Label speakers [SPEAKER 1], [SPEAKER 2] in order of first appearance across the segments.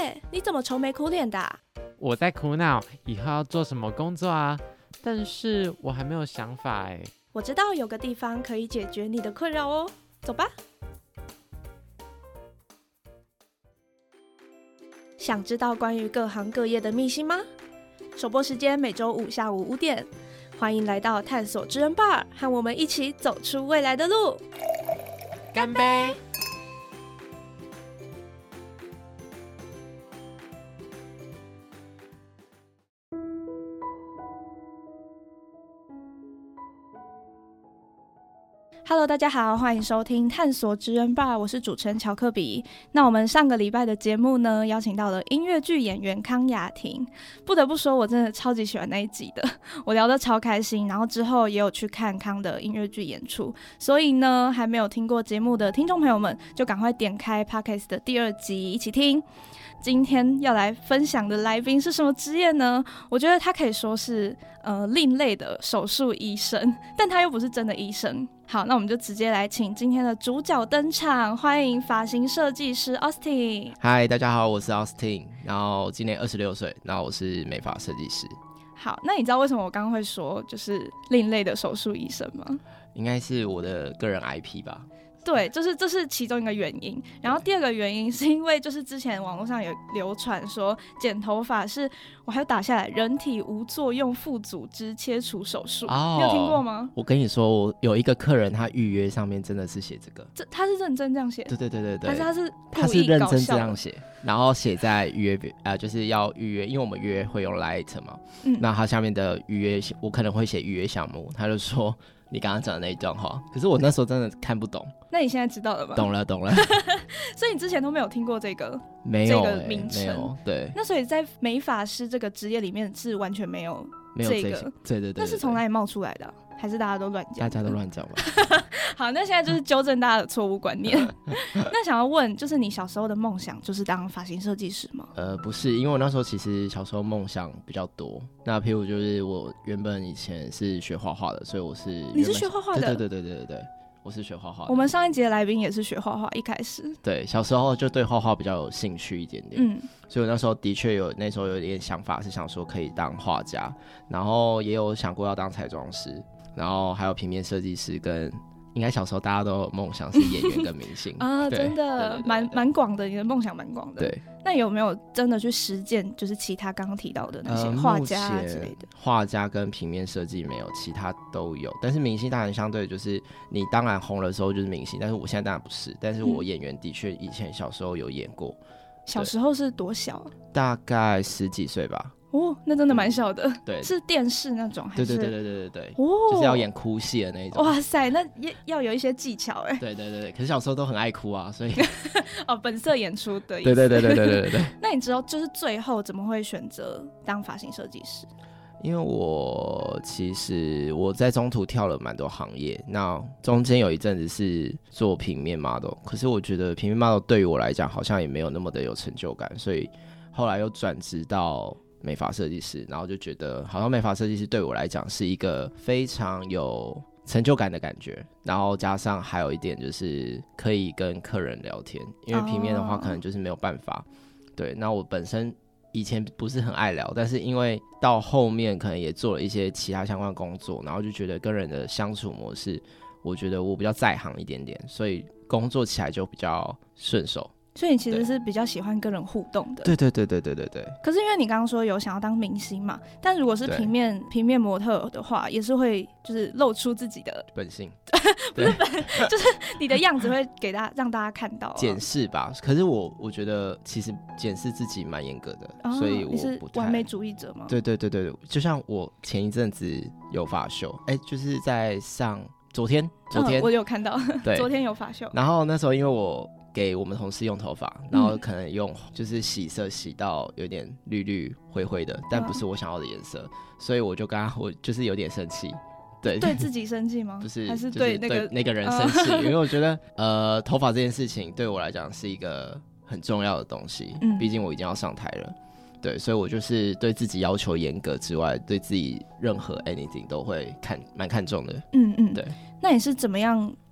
[SPEAKER 1] 业，你怎么愁眉苦脸的啊？
[SPEAKER 2] 我在苦恼以后要做什么工作啊，但是我还没有想法哎。
[SPEAKER 1] 我知道有个地方可以解决你的困扰哦，走吧。想知道关于各行各业的秘辛吗？首播时间每周五下午5点，欢迎来到探索知恩 bar， 和我们一起走出未来的路。
[SPEAKER 2] 干杯
[SPEAKER 1] ！Hello， 大家好，欢迎收听探索职人吧，我是主持人乔克比。那我们上个礼拜的节目呢，邀请到了音乐剧演员康雅婷。不得不说，我真的超级喜欢那一集的，我聊得超开心。然后之后也有去看康的音乐剧演出，所以呢，还没有听过节目的听众朋友们，就赶快点开 Podcast 的第2集一起听。今天要来分享的来宾是什么职业呢？我觉得他可以说是另类的手术医生，但他又不是真的医生。好，那我们就直接来请今天的主角登场，欢迎发型设计师 Austin。
[SPEAKER 3] 嗨，大家好，我是 Austin， 然后今年26岁，然后我是美发设计师。
[SPEAKER 1] 好，那你知道为什么我刚刚会说就是另类的手术医生吗？
[SPEAKER 3] 应该是我的个人 IP 吧。
[SPEAKER 1] 对，就是这是其中一个原因。然后第二个原因是因为就是之前网络上有流传说剪头发是，我还有打下来，人体无作用副组织切除手术。你有听过吗？
[SPEAKER 3] 我跟你说，我有一个客人，他预约上面真的是写这个，
[SPEAKER 1] 他是认真这样写？
[SPEAKER 3] 对，
[SPEAKER 1] 他是
[SPEAKER 3] 他是认真这样写，然后写在预约就是要预约，因为我们预约会用 Light 嘛，那他下面的预约我可能会写预约项目，他就说你刚刚讲的那一段话，可是我那时候真的看不懂。
[SPEAKER 1] 那你现在知道了吗？
[SPEAKER 3] 懂了。
[SPEAKER 1] 所以你之前都没有听过这个
[SPEAKER 3] 没有、
[SPEAKER 1] 这个名称？
[SPEAKER 3] 没有。对。
[SPEAKER 1] 那所以在美发师这个职业里面是完全没有这个？
[SPEAKER 3] 对。
[SPEAKER 1] 那是从哪里冒出来的啊？还是大家都乱讲？
[SPEAKER 3] 大家都乱讲吧。
[SPEAKER 1] 好，那现在就是纠正大家的错误观念。那想要问，就是你小时候的梦想就是当发型设计师吗？
[SPEAKER 3] 不是，因为我那时候其实小时候梦想比较多。那譬如就是我原本以前是学画画的，所以我是
[SPEAKER 1] 你是学画画的？
[SPEAKER 3] 对，我是学画画的。
[SPEAKER 1] 我们上一集的来宾也是学画画，一开始
[SPEAKER 3] 对小时候就对画画比较有兴趣一点点。所以我那时候的确那时候有一点想法，是想说可以当画家，然后也有想过要当彩妆师，然后还有平面设计师跟。应该小时候大家都有梦想是演员跟明星
[SPEAKER 1] 啊，真的蛮广的，你的梦想蛮广的。
[SPEAKER 3] 对，
[SPEAKER 1] 那有没有真的去实践，就是其他刚刚提到的那些画家之类的？
[SPEAKER 3] 画家跟平面设计没有，其他都有。但是明星当然相对就是你当然红的时候就是明星，但是我现在当然不是。但是我演员的确以前小时候有演过。
[SPEAKER 1] 小时候是多小啊？
[SPEAKER 3] 大概10几岁吧。
[SPEAKER 1] 哦，那真的蛮小的。
[SPEAKER 3] 对，
[SPEAKER 1] 是电视那种还是？
[SPEAKER 3] 对。哦，就是要演哭戏的那一种。
[SPEAKER 1] 哇塞，那要有一些技巧哎。
[SPEAKER 3] 对。可是小时候都很爱哭啊，所以
[SPEAKER 1] 本色演出的意思。
[SPEAKER 3] 对。
[SPEAKER 1] 那你知道就是最后怎么会选择当发型设计师？
[SPEAKER 3] 因为我其实在中途跳了蛮多行业，那中间有一阵子是做平面 model， 可是我觉得平面 model 对于我来讲好像也没有那么的有成就感，所以后来又转职到美发设计师，然后就觉得好像美发设计师对我来讲是一个非常有成就感的感觉，然后加上还有一点就是可以跟客人聊天，因为平面的话可能就是没有办法。对，那我本身以前不是很爱聊，但是因为到后面可能也做了一些其他相关工作，然后就觉得跟人的相处模式，我觉得我比较在行一点点，所以工作起来就比较顺手。
[SPEAKER 1] 所以你其实是比较喜欢跟人互动的。
[SPEAKER 3] 对。
[SPEAKER 1] 可是因为你刚刚说有想要当明星嘛，但如果是平面模特的话，也是会就是露出自己的
[SPEAKER 3] 本性，
[SPEAKER 1] 不是就是你的样子会给让大家看到
[SPEAKER 3] 检视吧。可是我觉得其实检视自己蛮严格的，所以我不太。
[SPEAKER 1] 你是完美主义者吗？
[SPEAKER 3] 对，就像我前一阵子有发秀，就是在昨天
[SPEAKER 1] 我有看到，
[SPEAKER 3] 对，
[SPEAKER 1] 昨天有发秀。
[SPEAKER 3] 然后那时候因为我给我们同事用头发，然后可能用就是洗色洗到有点绿灰灰的，但不是我想要的颜色，所以我就我就是有点生气。对
[SPEAKER 1] 自己生气吗？
[SPEAKER 3] 不是，
[SPEAKER 1] 还是对
[SPEAKER 3] 那个人生气，因为我觉得头发这件事情对我来讲是一个很重要的东西，毕竟我已经要上台了。对，所以我就是对自己要求严格之外，对自己任何 anything 都会蛮看重的。
[SPEAKER 1] 对。那你是怎么样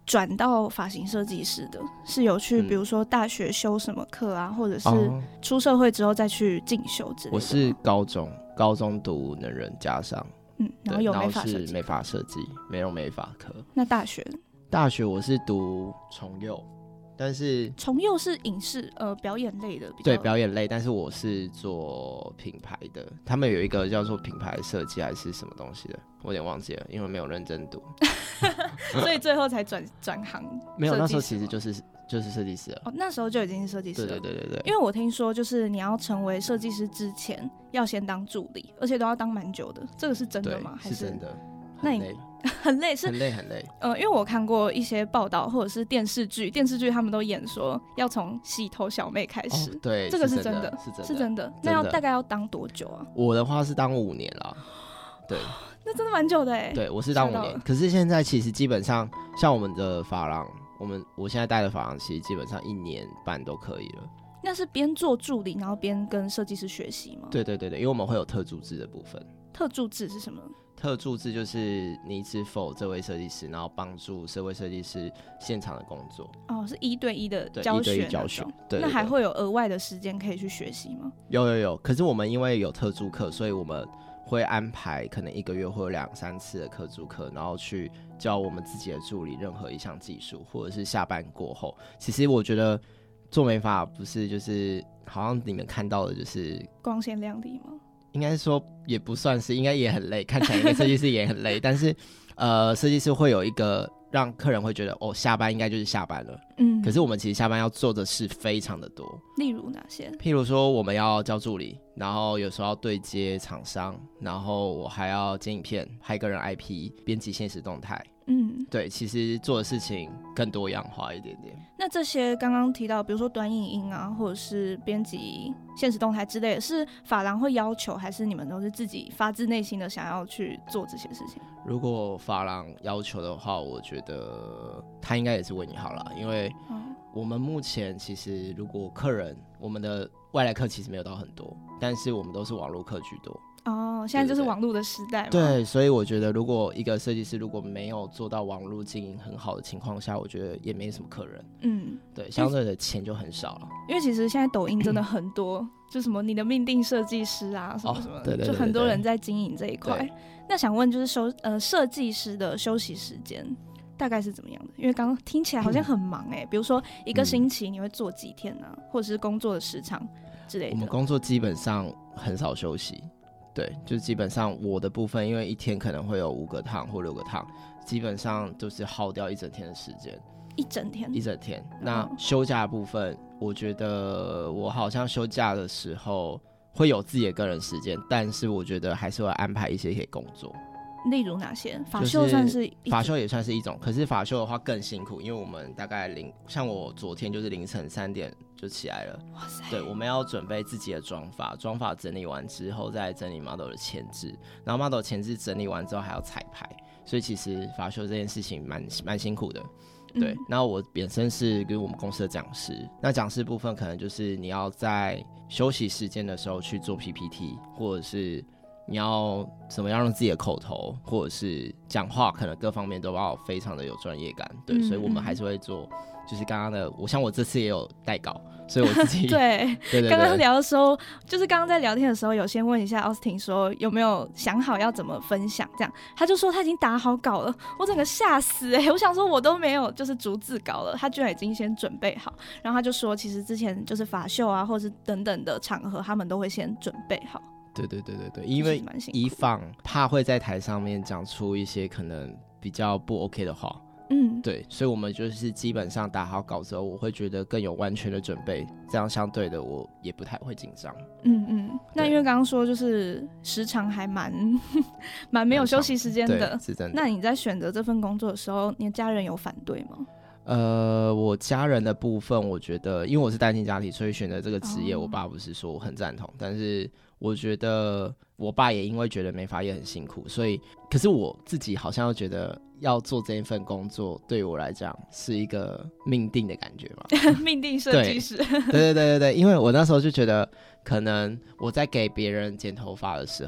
[SPEAKER 1] 转到发型设计师的？是有去比如说大学修什么课啊，或者是出社会之后再去进修之类的吗？
[SPEAKER 3] 我是高中读能人加上，
[SPEAKER 1] 然后有美发设计，
[SPEAKER 3] 然后是美发设计、美容美发科。
[SPEAKER 1] 那大学我
[SPEAKER 3] 是读重幼，但是
[SPEAKER 1] 重幼是影视表演类的，
[SPEAKER 3] 对，表演类，但是我是做品牌的，他们有一个叫做品牌设计还是什么东西的，我有点忘记了，因为没有认真读，
[SPEAKER 1] 所以最后才转行。
[SPEAKER 3] 没有，那时候其实就是设计师了。
[SPEAKER 1] 那时候就已经是设计师了。
[SPEAKER 3] 对。因
[SPEAKER 1] 为我听说，就是你要成为设计师之前，要先当助理，而且都要当蛮久的，这个是真的吗？
[SPEAKER 3] 是真的。
[SPEAKER 1] 那你很累，
[SPEAKER 3] 很累。
[SPEAKER 1] 因为我看过一些报道或者是电视剧他们都演说要从洗头小妹开始。
[SPEAKER 3] 对，
[SPEAKER 1] 这个是真的，是真的。那大概要当多久啊？
[SPEAKER 3] 我的话是当5年啦。对，
[SPEAKER 1] 那真的蛮久的哎。
[SPEAKER 3] 对，我是当5年，可是现在其实基本上像我们的发廊，我现在带的发廊其实基本上1年半都可以了。
[SPEAKER 1] 那是边做助理，然后边跟设计师学习吗？
[SPEAKER 3] 对，因为我们会有特助制的部分。
[SPEAKER 1] 特助制是什么？
[SPEAKER 3] 特助制就是你只否这位设计师，然后帮助这位设计师现场的工作。
[SPEAKER 1] 是1对1的教学。
[SPEAKER 3] 1对1教学。对。
[SPEAKER 1] 那还会有额外的时间可以去学习吗？
[SPEAKER 3] 有。可是我们因为有特助课，所以我们会安排可能1个月会有2-3次的特助课，然后去教我们自己的助理任何一项技术，或者是下班过后。其实我觉得做美发不是就是好像你们看到的就是
[SPEAKER 1] 光鲜亮丽吗？
[SPEAKER 3] 应该说也不算是，应该也很累，看起来应该设计师也很累，但是设计师会有一个让客人会觉得下班应该就是下班了。可是我们其实下班要做的事非常的多。
[SPEAKER 1] 例如哪些？
[SPEAKER 3] 譬如说我们要教助理，然后有时候要对接厂商，然后我还要剪影片，拍个人 IP， 编辑现实动态。对，其实做的事情更多样化一点点。
[SPEAKER 1] 那这些刚刚提到，比如说短影音啊，或者是编辑现实动态之类的，是发廊会要求，还是你们都是自己发自内心的想要去做这些事情？
[SPEAKER 3] 如果发廊要求的话，我觉得他应该也是为你好啦，因为我们目前其实如果客人，我们的外来客其实没有到很多，但是我们都是网络客居多。
[SPEAKER 1] 现在就是网络的时代嘛。
[SPEAKER 3] 对，所以我觉得如果一个设计师如果没有做到网络经营很好的情况下，我觉得也没什么客人。对，相对的钱就很少了。
[SPEAKER 1] 因为其实现在抖音真的很多，就什么你的命定设计师啊，什么什么，
[SPEAKER 3] 对，
[SPEAKER 1] 就很多人在经营这一块。那想问就是设计师的休息时间大概是怎么样的？因为刚刚听起来好像很忙比如说一个星期你会做几天啊，或者是工作的时长之类的。
[SPEAKER 3] 我们工作基本上很少休息。对，就基本上我的部分，因为一天可能会有5个趟或6个趟，基本上就是耗掉1整天的时间。
[SPEAKER 1] 一整天。
[SPEAKER 3] 那休假的部分，我觉得我好像休假的时候会有自己的个人时间，但是我觉得还是会安排一些可以工作。
[SPEAKER 1] 例如哪些？法秀算是
[SPEAKER 3] 法秀也算是一种，可是法秀的话更辛苦，因为我们大概像我昨天就是凌晨3点就起来了。
[SPEAKER 1] 哇塞！
[SPEAKER 3] 对，我们要准备自己的妆发整理完之后，再整理 model 的前置，然后 model 前置整理完之后还要彩排，所以其实法秀这件事情蛮辛苦的。对，那我本身是跟我们公司的讲师，那讲师部分可能就是你要在休息时间的时候去做 PPT， 或者是你要怎么样让自己的口头或者是讲话可能各方面都要非常的有专业感。对，所以我们还是会做就是刚刚的，我这次也有带稿，所以我自己
[SPEAKER 1] 对，刚刚聊的时候，就是刚刚在聊天的时候，有先问一下奥斯汀说有没有想好要怎么分享，这样他就说他已经打好稿了，我整个吓死我想说我都没有就是逐字稿了，他居然已经先准备好，然后他就说其实之前就是法秀啊或是等等的场合，他们都会先准备好。
[SPEAKER 3] 对，因为以防怕会在台上面讲出一些可能比较不 OK 的话。对，所以我们就是基本上打好稿之后，我会觉得更有完全的准备，这样相对的我也不太会紧张。
[SPEAKER 1] 那因为刚刚说就是时长还蛮没有休息时间的，
[SPEAKER 3] 是真的。
[SPEAKER 1] 那你在选择这份工作的时候，你的家人有反对吗？
[SPEAKER 3] 我家人的部分，我觉得因为我是单亲家庭，所以选择这个职业，我爸不是说我很赞同，但是我觉得我爸也因为觉得美发业很辛苦，所以可是我自己好像又觉得要做这一份工作，对于我来讲是一个命定的感觉嘛。
[SPEAKER 1] 命定设计师。对，
[SPEAKER 3] 因为我那时候就觉得，可能我在给别人剪头发的时候，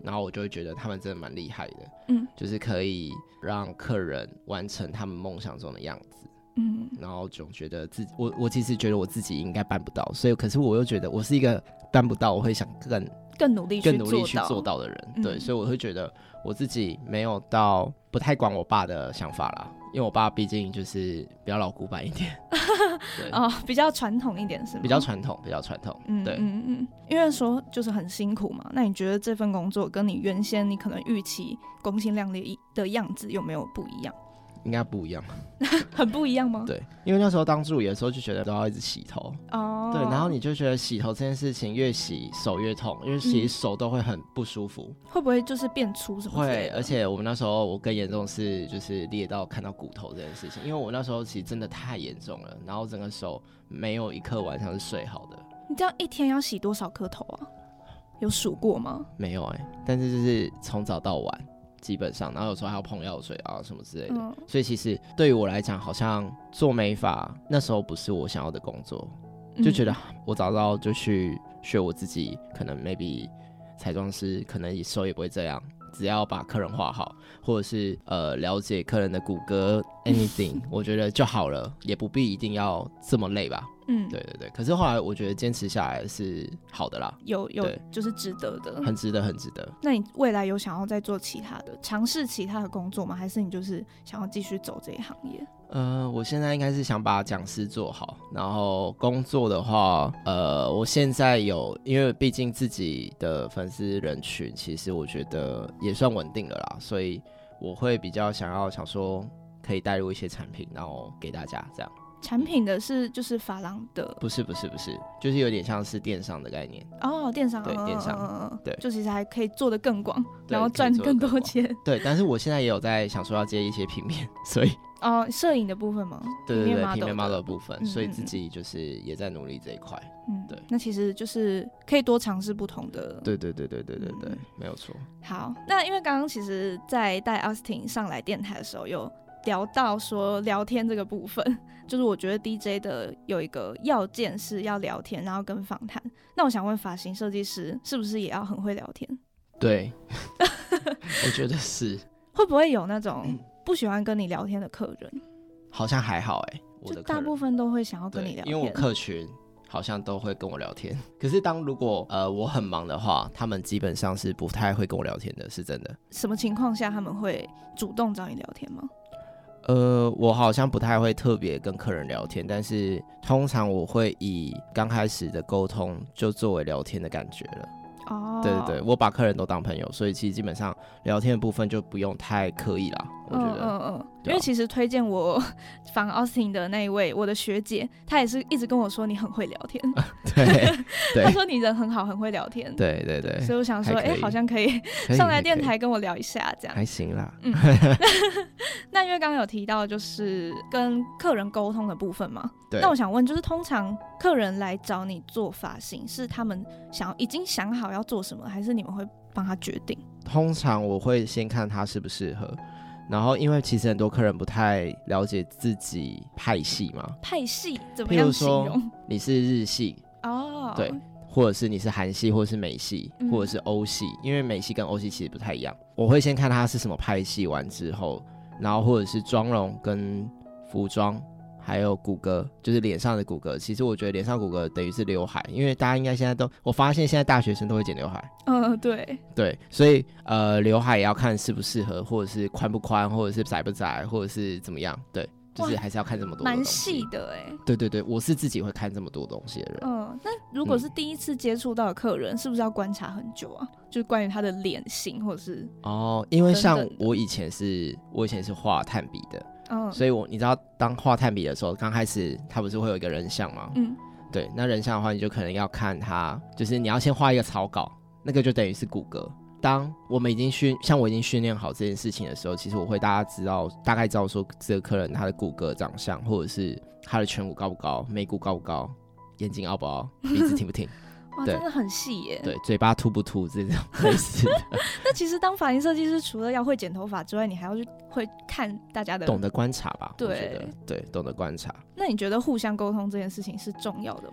[SPEAKER 3] 然后我就会觉得他们真的蛮厉害的，就是可以让客人完成他们梦想中的样子。然后总觉得自己，我其实觉得我自己应该办不到，所以可是我又觉得我是一个办不到，我会想更努力去做到的人，对，所以我会觉得我自己没有到不太管我爸的想法啦，因为我爸毕竟就是比较老古板一点，对
[SPEAKER 1] 比较传统一点是吗？
[SPEAKER 3] 比较传统，对，
[SPEAKER 1] 因为说就是很辛苦嘛，那你觉得这份工作跟你原先你可能预期光鲜亮丽的样子有没有不一样？
[SPEAKER 3] 应该不一样。
[SPEAKER 1] 很不一样吗？
[SPEAKER 3] 对，因为那时候当助理的时候就觉得都要一直洗头，对，然后你就觉得洗头这件事情越洗手越痛，因为洗手都会很不舒服。
[SPEAKER 1] 会不会就是变粗什么之类的？
[SPEAKER 3] 会，而且我们那时候我更严重是就是裂到看到骨头这件事情，因为我那时候其实真的太严重了，然后整个手没有一刻晚上是睡好的。
[SPEAKER 1] 你这样一天要洗多少颗头啊？有数过吗？
[SPEAKER 3] 没有但是就是从早到晚基本上，然后有时候还要碰药水啊什么之类的，所以其实对于我来讲，好像做美发那时候不是我想要的工作，就觉得我早知道就去学我自己，可能 maybe 彩妆师，可能手也不会这样，只要把客人画好，或者是了解客人的骨骼 anything 我觉得就好了，也不必一定要这么累吧。对，可是后来我觉得坚持下来是好的啦，有
[SPEAKER 1] 就是值得的，
[SPEAKER 3] 很值得。
[SPEAKER 1] 那你未来有想要再做其他的，尝试其他的工作吗？还是你就是想要继续走这一行业？
[SPEAKER 3] 我现在应该是想把讲师做好，然后工作的话，我现在因为毕竟自己的粉丝人群，其实我觉得也算稳定了啦，所以我会比较想说可以带入一些产品，然后给大家这样。
[SPEAKER 1] 产品的是就是发廊的？不是，
[SPEAKER 3] 就是有点像是电商的概念。
[SPEAKER 1] 电商，
[SPEAKER 3] 对，电商，对，
[SPEAKER 1] 就其实还可以做得更广，然后赚更多钱。
[SPEAKER 3] 对，但是我现在也有在想说要接一些平面，所以
[SPEAKER 1] 摄影的部分吗？
[SPEAKER 3] 对，平面 model 的部分，所以自己就是也在努力这一块。对，
[SPEAKER 1] 那其实就是可以多尝试不同的。
[SPEAKER 3] 对，没有错。
[SPEAKER 1] 好，那因为刚刚其实在带 Austin 上来电台的时候有聊到说聊天这个部分，就是我觉得 DJ 的有一个要件是要聊天，然后跟访谈。那我想问发型设计师是不是也要很会聊天？
[SPEAKER 3] 对，我觉得是。
[SPEAKER 1] 会不会有那种不喜欢跟你聊天的客人？
[SPEAKER 3] 好像还好
[SPEAKER 1] 就大部分都会想要跟你聊天，
[SPEAKER 3] 因为我客群好像都会跟我聊天。可是如果我很忙的话，他们基本上是不太会跟我聊天的，是真的。
[SPEAKER 1] 什么情况下他们会主动找你聊天吗？
[SPEAKER 3] 我好像不太会特别跟客人聊天，但是通常我会以刚开始的沟通就作为聊天的感觉了。对，我把客人都当朋友，所以其实基本上聊天的部分就不用太刻意啦，我觉得。
[SPEAKER 1] 因为其实推荐我访 Austin 的那一位我的学姐，她也是一直跟我说你很会聊天。对，她说你人很好，很会聊天。
[SPEAKER 3] 对，
[SPEAKER 1] 所以我想说好像可以上来电台跟我聊一下，这样
[SPEAKER 3] 还行啦。
[SPEAKER 1] 那因为刚刚有提到就是跟客人沟通的部分嘛，那我想问，就是通常客人来找你做发型，是他们已经想好要做什么，还是你们会帮他决定？
[SPEAKER 3] 通常我会先看他适不适合，然后因为其实很多客人不太了解自己派系嘛。
[SPEAKER 1] 派系怎么样形容？
[SPEAKER 3] 譬如说你是日系对，或者是你是韩系，或者是美系，或者是欧系，因为美系跟欧系其实不太一样。我会先看他是什么派系，完之后，然后或者是妆容跟服装，还有骨骼，就是脸上的骨骼。其实我觉得脸上骨骼等于是刘海，因为大家应该现在我发现现在大学生都会剪刘海。对，所以刘海也要看适不适合，或者是宽不宽，或者是窄不窄，或者是怎么样。对，就是还是要看这么多的东西。蛮
[SPEAKER 1] 细的
[SPEAKER 3] 对，我是自己会看这么多东西的人。
[SPEAKER 1] 那如果是第一次接触到的客人，是不是要观察很久啊？就是关于他的脸型，或者是
[SPEAKER 3] 因为像我以前是画炭笔的。所以你知道当画炭笔的时候，刚开始他不是会有一个人像吗？对，那人像的话，你就可能要看他，就是你要先画一个草稿，那个就等于是骨骼。当我们已经训练好这件事情的时候，其实我会大概知道说这个客人他的骨骼长相，或者是他的颧骨高不高，眉骨高不高，眼睛凹不凹，鼻子挺不挺。
[SPEAKER 1] 哇，真的很细耶。
[SPEAKER 3] 对，嘴巴凸不凸这种类似的。
[SPEAKER 1] 那其实当发型设计师，除了要会剪头发之外，你还要会看大家的，
[SPEAKER 3] 懂得观察吧？
[SPEAKER 1] 对，
[SPEAKER 3] 懂得观察。
[SPEAKER 1] 那你觉得互相沟通这件事情是重要的吗？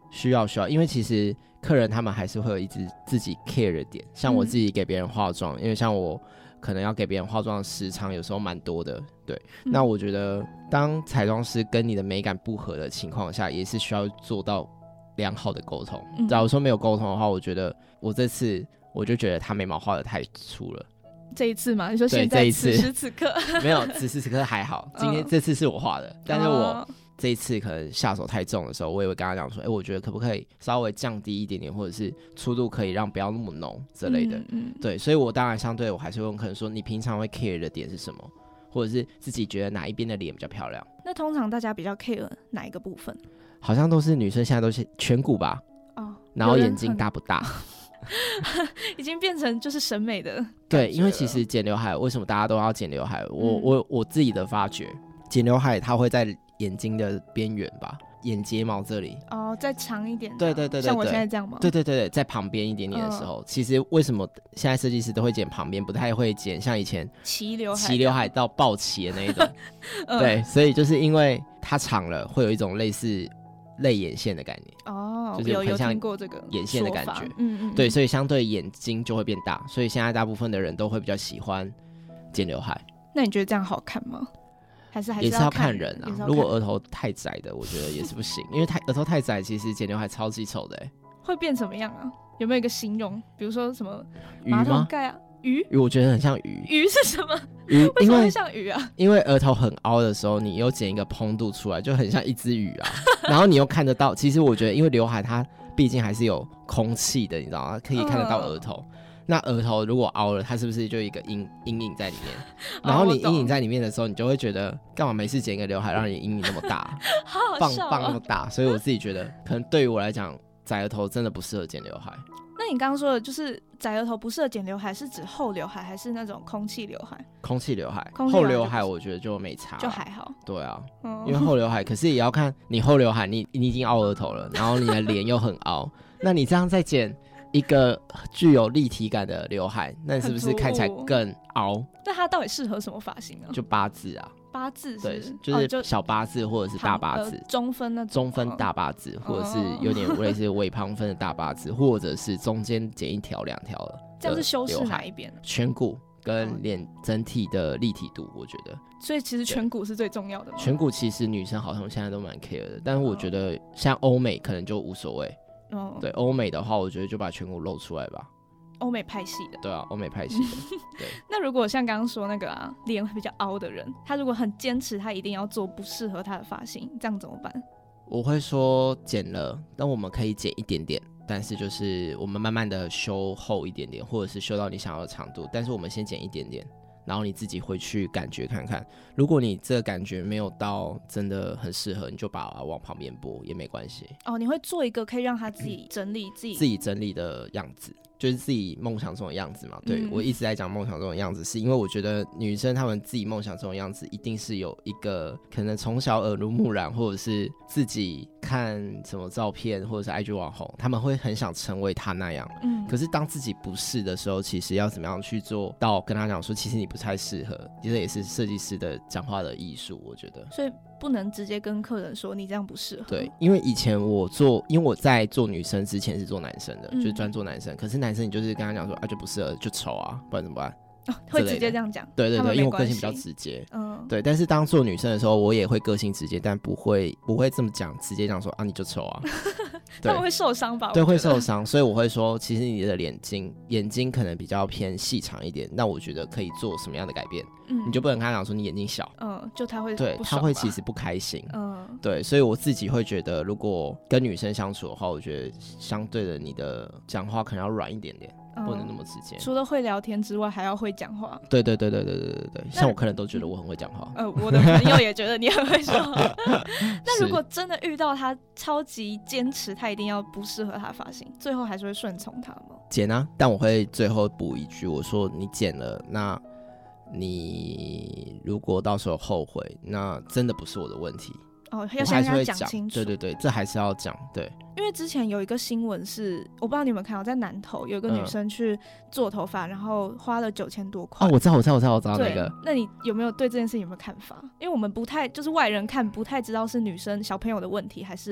[SPEAKER 3] 需要，因为其实客人他们还是会有一直自己 care 的点，像我自己给别人化妆，因为像我可能要给别人化妆的时长有时候蛮多的，对，那我觉得当彩妆师跟你的美感不合的情况下，也是需要做到良好的沟通。假如说没有沟通的话，我觉得我这次我就觉得他眉毛画的太粗了。
[SPEAKER 1] 这一次嘛，你说现在此时此刻
[SPEAKER 3] 没有，此时此刻还好。今天这次是我画的，但是我这一次可能下手太重的时候，我也会跟他讲说，我觉得可不可以稍微降低一点点，或者是粗度可以让不要那么浓之类的。对，所以我当然相对我还是会问客人说，你平常会 care 的点是什么，或者是自己觉得哪一边的脸比较漂亮。
[SPEAKER 1] 那通常大家比较 care 哪一个部分？
[SPEAKER 3] 好像都是女生现在都是颧骨吧，然后眼睛大不大。
[SPEAKER 1] 已经变成就是审美的。
[SPEAKER 3] 对，因为其实剪刘海，为什么大家都要剪刘海？我自己的发觉，剪刘海它会在眼睛的边缘吧，眼睫毛这里
[SPEAKER 1] 再长一点。
[SPEAKER 3] 对，
[SPEAKER 1] 像我现在这样吗？
[SPEAKER 3] 对，在旁边一点点的时候，其实为什么现在设计师都会剪旁边，不太会剪像以前齐刘海到爆齐的那一种。对，所以就是因为它长了，会有一种类似泪眼线的概念。就是
[SPEAKER 1] 有
[SPEAKER 3] 很像
[SPEAKER 1] 听过这个
[SPEAKER 3] 眼线的感觉。对，所以相对眼睛就会变大，所以现在大部分的人都会比较喜欢剪刘海。
[SPEAKER 1] 那你觉得这样好看吗？还是
[SPEAKER 3] 也是要看人啊。如果额头太窄的，我觉得也是不行，因为额头太窄，其实剪刘海超级丑的。
[SPEAKER 1] 会变什么样啊？有没有一个形容？比如说什么
[SPEAKER 3] 鱼吗？
[SPEAKER 1] 马桶盖啊？鱼？
[SPEAKER 3] 我觉得很像鱼。
[SPEAKER 1] 鱼是什么？
[SPEAKER 3] 鱼
[SPEAKER 1] 为什么会像鱼啊？
[SPEAKER 3] 因为额头很凹的时候，你又剪一个蓬度出来，就很像一只鱼啊。然后你又看得到，其实我觉得，因为刘海它毕竟还是有空气的，你知道吗？可以看得到额头。那额头如果凹了，它是不是就一个阴影在里面？然后你阴影在里面的时候，你就会觉得干嘛没事剪一个刘海，让你阴影那么大，
[SPEAKER 1] 好好笑
[SPEAKER 3] 放那么大。所以我自己觉得，可能对于我来讲，窄额头真的不适合剪刘海。
[SPEAKER 1] 那你刚刚说的就是窄额头不适合剪刘海，是指后刘海还是那种空气刘海？
[SPEAKER 3] 空气刘海，后刘海我觉得就没差，
[SPEAKER 1] 就还好。
[SPEAKER 3] 对啊，因为后刘海，可是也要看你后刘海，你已经凹额头了，然后你的脸又很凹，那你这样再剪一个具有立体感的刘海，那你是不是看起来更凹？
[SPEAKER 1] 那它到底适合什么发型啊？
[SPEAKER 3] 就八字啊。
[SPEAKER 1] 八字
[SPEAKER 3] 对，就是小八字或者是大八字，
[SPEAKER 1] 中分那种
[SPEAKER 3] 中分大八字，或者是有点类似微旁分的大八字，或者是中间剪1条2条的。
[SPEAKER 1] 这样是修饰哪一边？
[SPEAKER 3] 颧骨跟脸整体的立体度，我觉得。
[SPEAKER 1] 所以其实颧骨是最重要的吗？
[SPEAKER 3] 颧骨其实女生好像现在都蛮 care 的，但是我觉得像欧美可能就无所谓。对，欧美的话，我觉得就把颧骨露出来吧。
[SPEAKER 1] 欧美派系的。
[SPEAKER 3] 对啊，欧美派系的。对。
[SPEAKER 1] 那如果像刚刚说那个脸比较凹的人，他如果很坚持他一定要做不适合他的发型，这样怎么办？
[SPEAKER 3] 我会说剪了，但我们可以剪一点点，但是就是我们慢慢的修厚一点点，或者是修到你想要的长度，但是我们先剪一点点，然后你自己回去感觉看看。如果你这个感觉没有到真的很适合，你就把它往旁边拨也没关系。
[SPEAKER 1] 你会做一个可以让他自己整理自
[SPEAKER 3] 己整理的样子。就是自己梦想中的样子嘛。对，我一直在讲梦想中的样子，是因为我觉得女生她们自己梦想中的样子一定是有一个可能从小耳濡目染，或者是自己看什么照片或者是 IG 网红，他们会很想成为她那样。可是当自己不是的时候，其实要怎么样去做到跟她讲说其实你不太适合，这也是设计师的讲话的艺术，我觉得。
[SPEAKER 1] 所以不能直接跟客人说你这样不适合。
[SPEAKER 3] 对，因为以前因为我在做女生之前是做男生的，就是专做男生。可是男生你就是跟他讲说就不适合，就丑啊，不然怎么办？
[SPEAKER 1] 会直接这样讲。
[SPEAKER 3] 对，因为我个性比较直接。对。但是当做女生的时候，我也会个性直接，但不会这么讲，直接讲说你就丑啊。
[SPEAKER 1] 他们会受伤吧？
[SPEAKER 3] 对，会受伤。所以我会说，其实你的眼睛可能比较偏细长一点，那我觉得可以做什么样的改变？你就不能跟他讲说你眼睛小。
[SPEAKER 1] 就他会
[SPEAKER 3] 对，他会其实不开心。对，所以我自己会觉得，如果跟女生相处的话，我觉得相对的你的讲话可能要软一点点。不能那么直接。
[SPEAKER 1] 除了会聊天之外，还要会讲话。
[SPEAKER 3] 对，像我客人都觉得我很会讲话。
[SPEAKER 1] 我的朋友也觉得你很会说。那如果真的遇到他超级坚持，他一定要不适合他发型，最后还是会顺从他吗？
[SPEAKER 3] 剪啊，但我会最后补一句，我说你剪了，那你如果到时候后悔，那真的不是我的问题。
[SPEAKER 1] 要先跟他讲清楚。
[SPEAKER 3] 对，这还是要讲。对，
[SPEAKER 1] 因为之前有一个新闻是，我不知道你有没有看到，在南投有一个女生去做头发，然后花了9000多块。
[SPEAKER 3] 我知道那个。
[SPEAKER 1] 那你有没有对这件事情有没有看法？因为我们不太，就是外人看不太知道是女生小朋友的问题，还是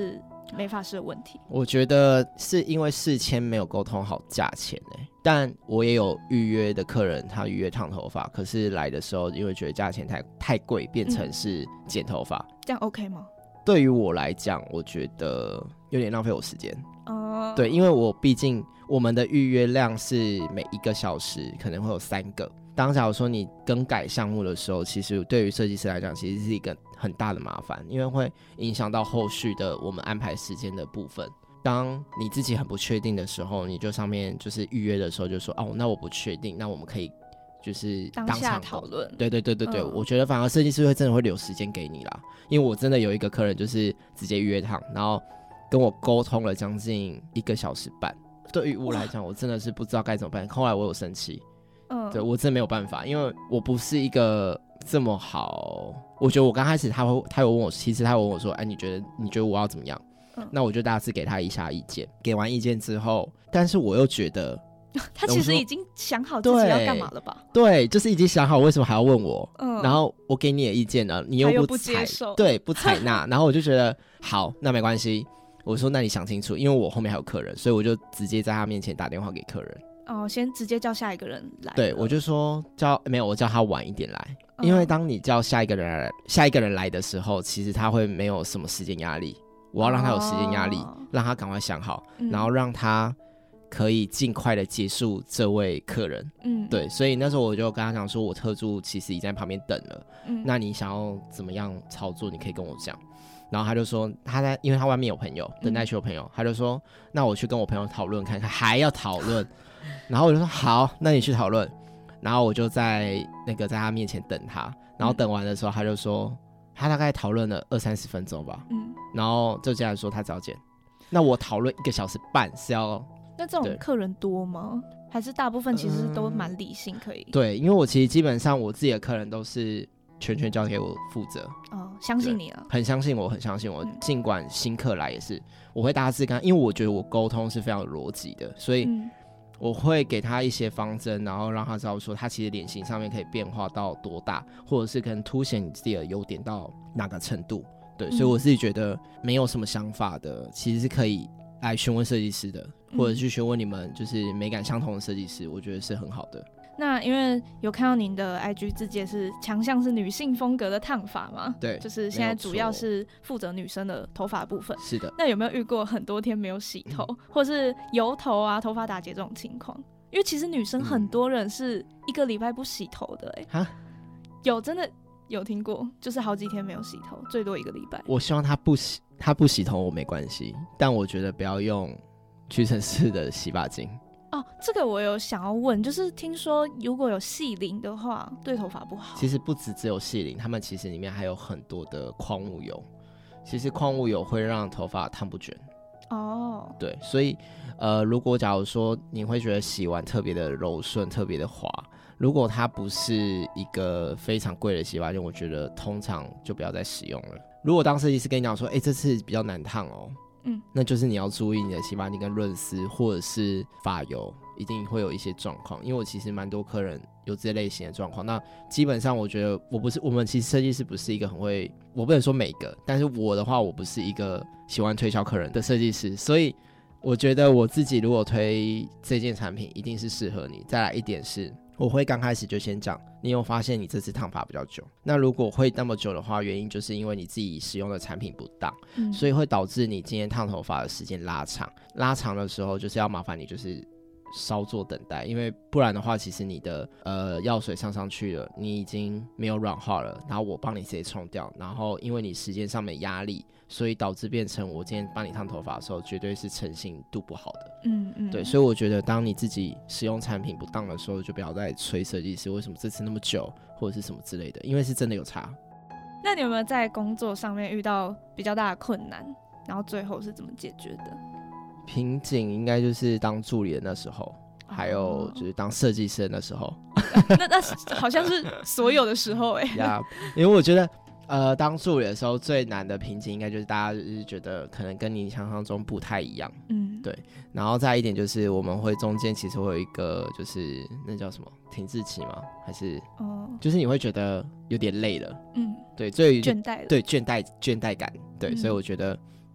[SPEAKER 1] 美发师的问题？
[SPEAKER 3] 我觉得是因为事前没有沟通好价钱但我也有预约的客人，他预约烫头发，可是来的时候因为觉得价钱太贵，变成是剪头发，
[SPEAKER 1] 这样 OK 吗？
[SPEAKER 3] 对于我来讲，我觉得有点浪费我时间。对，因为我毕竟我们的预约量是每1个小时可能会有3个。当假如说你更改项目的时候，其实对于设计师来讲，其实是一个很大的麻烦，因为会影响到后续的我们安排时间的部分。当你自己很不确定的时候，你就上面就是预约的时候就说哦，那我不确定，那我们可以就是
[SPEAKER 1] 当下讨论。
[SPEAKER 3] 对，我觉得反而设计师会真的会留时间给你啦，因为我真的有一个客人就是直接预约烫，然后跟我沟通了将近1个小时半。对于我来讲，我真的是不知道该怎么办。后来我有生气，对我真的没有办法，因为我不是一个这么好。我觉得我刚开始他有问我，其实他有问我说，哎，你觉得我要怎么样？那我就大致给他一下意见。给完意见之后，但是我又觉得
[SPEAKER 1] 他其实已经想好自己要干嘛了吧？
[SPEAKER 3] 对，就是已经想好为什么还要问我。然后我给你的意见呢，你又
[SPEAKER 1] 不接受，
[SPEAKER 3] 对，不采纳。然后我就觉得好，那没关系。我说那你想清楚，因为我后面还有客人，所以我就直接在他面前打电话给客人。
[SPEAKER 1] 先直接叫下一个人来。
[SPEAKER 3] 对，我就说我叫他晚一点来，因为当你叫下一个人来的时候，其实他会没有什么时间压力。我要让他有时间压力，让他赶快想好，然后让他可以尽快的结束这位客人。对，所以那时候我就跟他讲说，我特助其实已经在旁边等了。那你想要怎么样操作，你可以跟我讲。然后他就说因为他外面有朋友，等待区有朋友，他就说那我去跟我朋友讨论看看，还要讨论。然后我就说好，那你去讨论。然后我就在他面前等他，然后等完的时候，他就说他大概讨论了20-30分钟吧。然后就这样说他只要剪。那我讨论1个小时半是要。
[SPEAKER 1] 那这种客人多吗？还是大部分其实都蛮理性可以？
[SPEAKER 3] 对，因为我其实基本上我自己的客人都是全权交给我负责。
[SPEAKER 1] 相信你了，
[SPEAKER 3] 很相信我，尽管新客来也是，我会大致跟他，因为我觉得我沟通是非常有逻辑的，所以我会给他一些方针，然后让他知道说他其实脸型上面可以变化到多大，或者是可能凸显你自己的优点到哪个程度。对，所以我自己觉得没有什么想法的，其实是可以来询问设计师的，或者去询问你们就是美感相同的设计师，我觉得是很好的。
[SPEAKER 1] 那因为有看到您的 IG 自介是强项是女性风格的烫发嘛？
[SPEAKER 3] 对，
[SPEAKER 1] 就是现在主要是负责女生的头发部分。
[SPEAKER 3] 是的。
[SPEAKER 1] 那有没有遇过很多天没有洗头，或是油头啊、头发打结这种情况？因为其实女生很多人是1个礼拜不洗头的真的有听过，就是好几天没有洗头，最多1个礼拜。
[SPEAKER 3] 我希望他不洗头我没关系，但我觉得不要用屈臣氏的洗发精。
[SPEAKER 1] 这个我有想要问，就是听说如果有细鳞的话，对头发不好。
[SPEAKER 3] 其实不只有细鳞，它们其实里面还有很多的矿物油。其实矿物油会让头发烫不卷。对，所以如果假如说你会觉得洗完特别的柔顺、特别的滑，如果它不是一个非常贵的洗发精，我觉得通常就不要再使用了。如果当设计师跟你讲说，这次比较难烫那就是你要注意你的洗发精跟润丝或者是发油一定会有一些状况，因为我其实蛮多客人有这类型的状况。那基本上我觉得我们其实设计师不是一个很会，我不能说每个，但是我的话我不是一个喜欢推销客人的设计师，所以我觉得我自己如果推这件产品一定是适合你。再来一点是我会刚开始就先讲，你有发现你这次烫发比较久，那如果会那么久的话，原因就是因为你自己使用的产品不当，所以会导致你今天烫头发的时间拉长的时候，就是要麻烦你就是稍作等待，因为不然的话其实你的药水上去了，你已经没有软化了，然后我帮你直接冲掉，然后因为你时间上面压力，所以导致变成我今天帮你烫头发的时候绝对是成型度不好的。对，所以我觉得当你自己使用产品不当的时候，就不要再催设计师为什么这次那么久或者是什么之类的，因为是真的有差。
[SPEAKER 1] 那你有没有在工作上面遇到比较大的困难，然后最后是怎么解决的？
[SPEAKER 3] 瓶颈应该就是当助理的那时候，还有就是当设计师的那时候。
[SPEAKER 1] 那好像是所有的时候
[SPEAKER 3] 因为我觉得当助理的时候最难的瓶颈应该就是大家就是觉得可能跟你想象中不太一样，对。然后再一点就是我们会中间其实会有一个就是那叫什么停滞期吗？还是就是你会觉得有点累了，对，所以
[SPEAKER 1] 倦怠了，
[SPEAKER 3] 对倦怠感，对，所以我觉得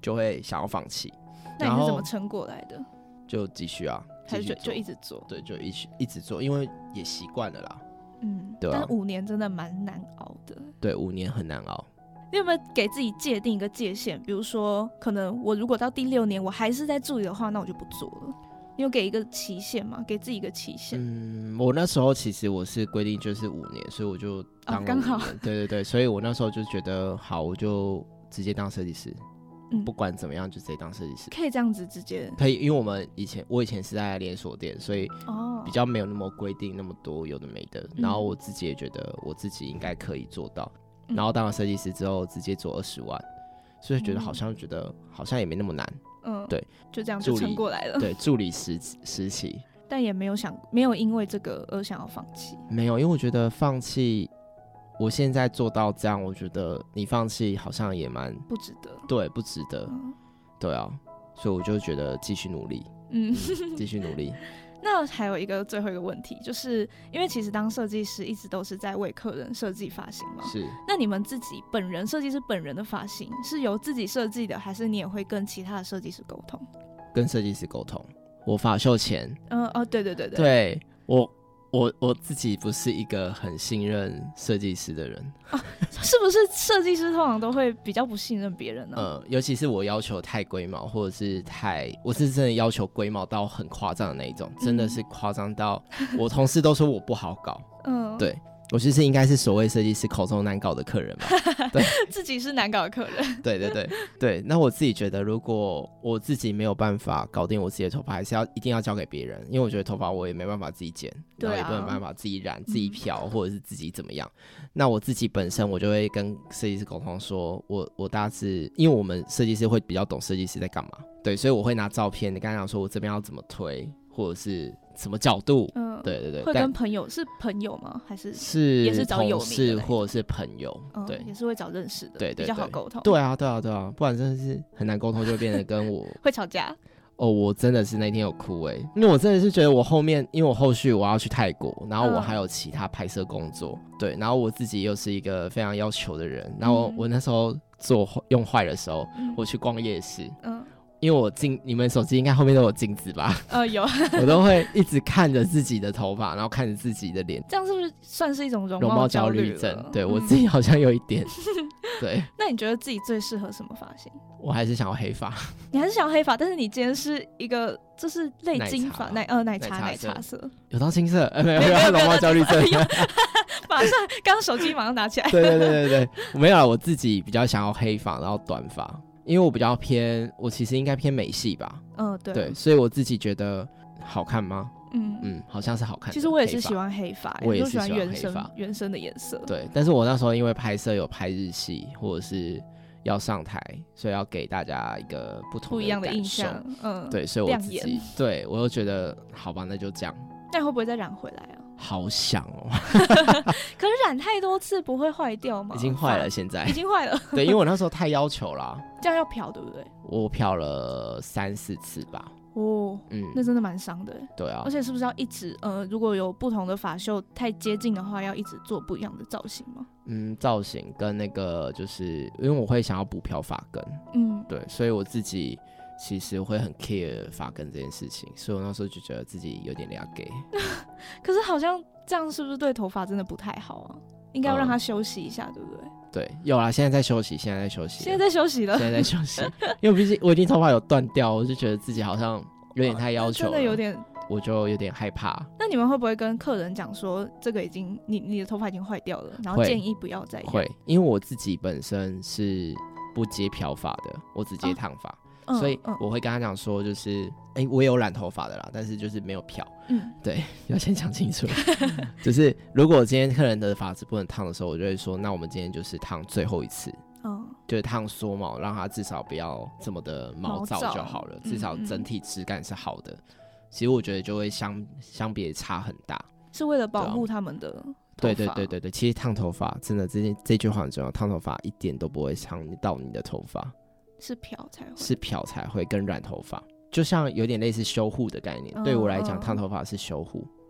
[SPEAKER 3] 就会想要放弃。
[SPEAKER 1] 那你是怎么撑过来的？
[SPEAKER 3] 就继续啊，
[SPEAKER 1] 还是就一直做？
[SPEAKER 3] 对，就一直做，因为也习惯了啦。对啊。
[SPEAKER 1] 但5年真的蛮难熬的。
[SPEAKER 3] 对，5年很难熬。
[SPEAKER 1] 你有没有给自己界定一个界限？比如说，可能我如果到第6年我还是在助理的话，那我就不做了。你有给一个期限吗？给自己一个期限？
[SPEAKER 3] 我那时候其实我是规定就是5年，所以我就当了5年。
[SPEAKER 1] 刚好。
[SPEAKER 3] 对对对，所以我那时候就觉得好，我就直接当设计师。不管怎么样就直接当设计师。
[SPEAKER 1] 可以这样子直接？
[SPEAKER 3] 可以，因为我以前是在连锁店，所以比较没有那么规定那么多有的没的。然后我自己也觉得我自己应该可以做到。然后当了设计师之后，直接做20万，所以觉得好像也没那么难。对，
[SPEAKER 1] 就这样就撑过来了。
[SPEAKER 3] 对，助理时期，
[SPEAKER 1] 但也没有因为这个而想要放弃。
[SPEAKER 3] 没有，因为我觉得放弃。我现在做到这样，我觉得你放弃好像也蛮
[SPEAKER 1] 不值得。
[SPEAKER 3] 对，不值得。对啊，所以我就觉得继续努力。继续努力。
[SPEAKER 1] 那还有最后一个问题，就是因为其实当设计师一直都是在为客人设计发型嘛。
[SPEAKER 3] 是。
[SPEAKER 1] 那你们自己设计师本人的发型是由自己设计的，还是你也会跟其他的设计师沟通？跟
[SPEAKER 3] 设计师沟通。我发秀前。
[SPEAKER 1] 对。
[SPEAKER 3] 对，我自己不是一个很信任设计师的人。
[SPEAKER 1] 是不是设计师通常都会比较不信任别人呢？
[SPEAKER 3] 尤其是我要求太龟毛，或者是我是真的要求龟毛到很夸张的那一种，真的是夸张到我同事都说我不好搞。对。我其实应该是所谓设计师口中难搞的客人吧。对，
[SPEAKER 1] 自己是难搞的客人。
[SPEAKER 3] 对。那我自己觉得，如果我自己没有办法搞定我自己的头发，还是一定要交给别人，因为我觉得头发我也没办法自己剪，然后也不能办法自己染、自己漂，或者是自己怎么样。那我自己本身我就会跟设计师沟通说，我大致因为我们设计师会比较懂设计师在干嘛，对，所以我会拿照片，你刚才讲说我这边要怎么推，或者是什么角度。对。
[SPEAKER 1] 会跟朋友是朋友吗？还是
[SPEAKER 3] 也
[SPEAKER 1] 是找有名的
[SPEAKER 3] 同事或者是朋友？对，
[SPEAKER 1] 也是会找认识的，
[SPEAKER 3] 对，
[SPEAKER 1] 比较好沟通。
[SPEAKER 3] 对啊，不然真的是很难沟通，就会变得跟我
[SPEAKER 1] 会吵架。
[SPEAKER 3] 我真的是那天有哭因为我真的是觉得我后面，因为我后续我要去泰国，然后我还有其他拍摄工作，对，然后我自己又是一个非常要求的人，然后我那时候用坏的时候，我去逛夜市，因为你们手机应该后面都有镜子吧？
[SPEAKER 1] 有。
[SPEAKER 3] 我都会一直看着自己的头发，然后看着自己的脸，
[SPEAKER 1] 这样是不是算是一种容
[SPEAKER 3] 貌焦虑症？对，我自己好像有一点。对。
[SPEAKER 1] 那你觉得自己最适合什么发型？
[SPEAKER 3] 我还是想要黑发。
[SPEAKER 1] 你还是想要黑发，但是你今天是一个就是类金发奶茶色，
[SPEAKER 3] 有到青色？没有容貌焦虑症。
[SPEAKER 1] 马上，刚刚手机马上拿起来。
[SPEAKER 3] 对，没有啦，我自己比较想要黑发，然后短发。因为我比较我其实应该偏美系吧。对，所以我自己觉得好看吗？好像是好看。
[SPEAKER 1] 其实我也是喜欢黑发，
[SPEAKER 3] 我也是
[SPEAKER 1] 喜欢
[SPEAKER 3] 黑发
[SPEAKER 1] 原生的颜色。
[SPEAKER 3] 对，但是我那时候因为拍摄有拍日系，或者是要上台，所以要给大家一个不
[SPEAKER 1] 一样的印象。
[SPEAKER 3] 对，所以我自己对我又觉得好吧，那就这样。
[SPEAKER 1] 那你会不会再染回来啊？
[SPEAKER 3] 好想哦。
[SPEAKER 1] 可是染太多次不会坏掉吗？
[SPEAKER 3] 已经坏了，现在
[SPEAKER 1] 已经坏了。
[SPEAKER 3] 对，因为我那时候太要求了。
[SPEAKER 1] 这样要漂对不对？
[SPEAKER 3] 我漂了3-4次吧。
[SPEAKER 1] 那真的蛮伤的。
[SPEAKER 3] 对啊。
[SPEAKER 1] 而且是不是要一直如果有不同的发秀太接近的话，要一直做不一样的造型吗？
[SPEAKER 3] 造型跟那个就是因为我会想要补漂发根。对，所以我自己其实会很 care 发根这件事情，所以我那时候就觉得自己有点俩给。
[SPEAKER 1] 可是好像这样是不是对头发真的不太好啊？应该要让它休息一下，对不对？
[SPEAKER 3] 对，有啦，现在在休息了。
[SPEAKER 1] 现在在休息了。
[SPEAKER 3] 因为毕竟我已经头发有断掉，我就觉得自己好像有点太要求了，
[SPEAKER 1] 真的有点，
[SPEAKER 3] 我就有点害怕。
[SPEAKER 1] 那你们会不会跟客人讲说，这个已经你的头发已经坏掉了，然后建议不要再用？
[SPEAKER 3] 会，因为我自己本身是不接漂发的，我只接烫发。所以我会跟他讲说，就是我也有染头发的啦，但是就是没有漂。对，要先讲清楚。就是如果今天客人的发质不能烫的时候，我就会说，那我们今天就是烫最后一次。就是烫缩毛，让它至少不要这么的毛躁就好了，至少整体质感是好的。其实我觉得就会相别差很大，
[SPEAKER 1] 是为了保护他们的头发。
[SPEAKER 3] 对，其实烫头发真的这句话很重要，烫头发一点都不会伤到你的头发。
[SPEAKER 1] 是漂才会，
[SPEAKER 3] 跟染头发就像有点类似修护的概念。对我来讲，烫头发是修护。